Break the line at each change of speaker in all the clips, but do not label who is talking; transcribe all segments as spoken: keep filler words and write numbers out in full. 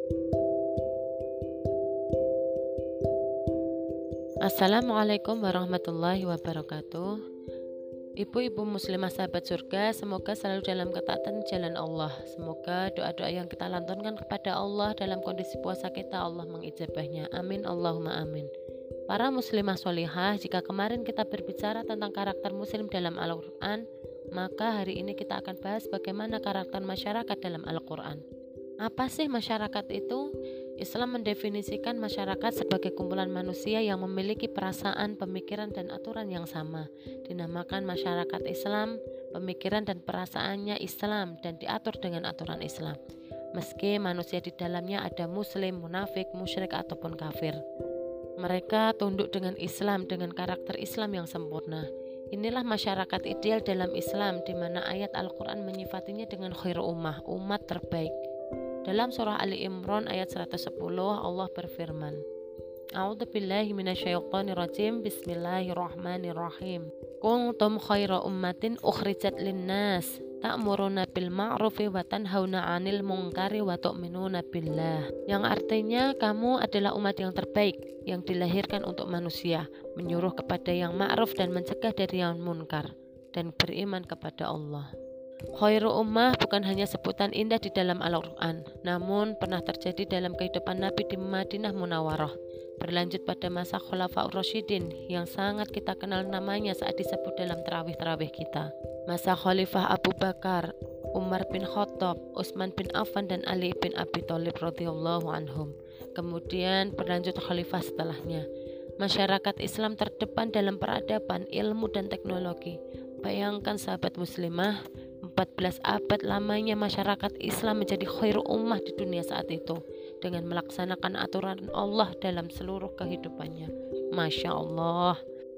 Assalamualaikum warahmatullahi wabarakatuh. Ibu-ibu muslimah sahabat surga, semoga selalu dalam ketaatan jalan Allah. Semoga doa-doa yang kita lantunkan kepada Allah dalam kondisi puasa kita, Allah mengijabahnya. Amin Allahumma amin. Para muslimah sholihah, jika kemarin kita berbicara tentang karakter muslim dalam Al-Quran, maka hari ini kita akan bahas bagaimana karakter masyarakat dalam Al-Quran. Apa sih masyarakat itu? Islam mendefinisikan masyarakat sebagai kumpulan manusia yang memiliki perasaan, pemikiran, dan aturan yang sama. Dinamakan masyarakat Islam, pemikiran dan perasaannya Islam dan diatur dengan aturan Islam. Meski manusia di dalamnya ada muslim, munafik, musyrik, ataupun kafir. Mereka tunduk dengan Islam dengan karakter Islam yang sempurna. Inilah masyarakat ideal dalam Islam, di mana ayat Al-Quran menyifatinya dengan khair ummah, umat terbaik. Dalam surah Ali Imran ayat seratus sepuluh, Allah berfirman, A'udzubillahi minasyaitonirrajim, Bismillahirrahmanirrahim. Kuntum khaira ummatin ukhrijat linnas, ta'muruna bil ma'rufi wa tanhauna 'anil munkari wa tu'minuna billah. Yang artinya, kamu adalah umat yang terbaik yang dilahirkan untuk manusia, menyuruh kepada yang ma'ruf dan mencegah dari yang munkar, dan beriman kepada Allah. Khairu ummah bukan hanya sebutan indah di dalam Al-Quran, namun pernah terjadi dalam kehidupan Nabi di Madinah Munawwarah. Berlanjut pada masa Khulafaur Rasyidin yang sangat kita kenal namanya saat disebut dalam tarawih-tarawih kita. Masa Khalifah Abu Bakar, Umar bin Khattab, Utsman bin Affan, dan Ali bin Abi Thalib radhiyallahu anhum. Kemudian berlanjut khalifah setelahnya. Masyarakat Islam terdepan dalam peradaban, ilmu, dan teknologi. Bayangkan sahabat muslimah, empat belas abad lamanya masyarakat Islam menjadi khairu ummah di dunia saat itu dengan melaksanakan aturan Allah dalam seluruh kehidupannya. Masya Allah.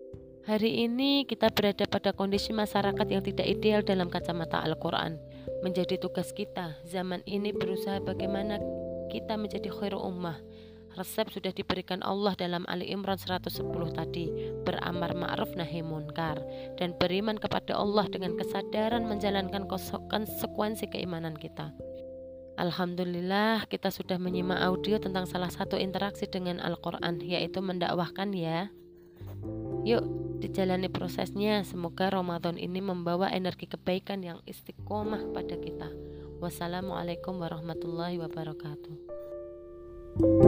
Hari ini kita berada pada kondisi masyarakat yang tidak ideal dalam kacamata Al-Quran. Menjadi tugas kita zaman ini berusaha bagaimana kita menjadi khairu ummah. Resep sudah diberikan Allah dalam Ali Imran seratus sepuluh tadi, beramar ma'ruf nahi munkar, dan beriman kepada Allah dengan kesadaran menjalankan konsekuensi keimanan kita. Alhamdulillah, kita sudah menyimak audio tentang salah satu interaksi dengan Al-Quran, yaitu mendakwahkan ya. Yuk, dijalani prosesnya. Semoga Ramadan ini membawa energi kebaikan yang istiqomah pada kita. Wassalamualaikum warahmatullahi wabarakatuh.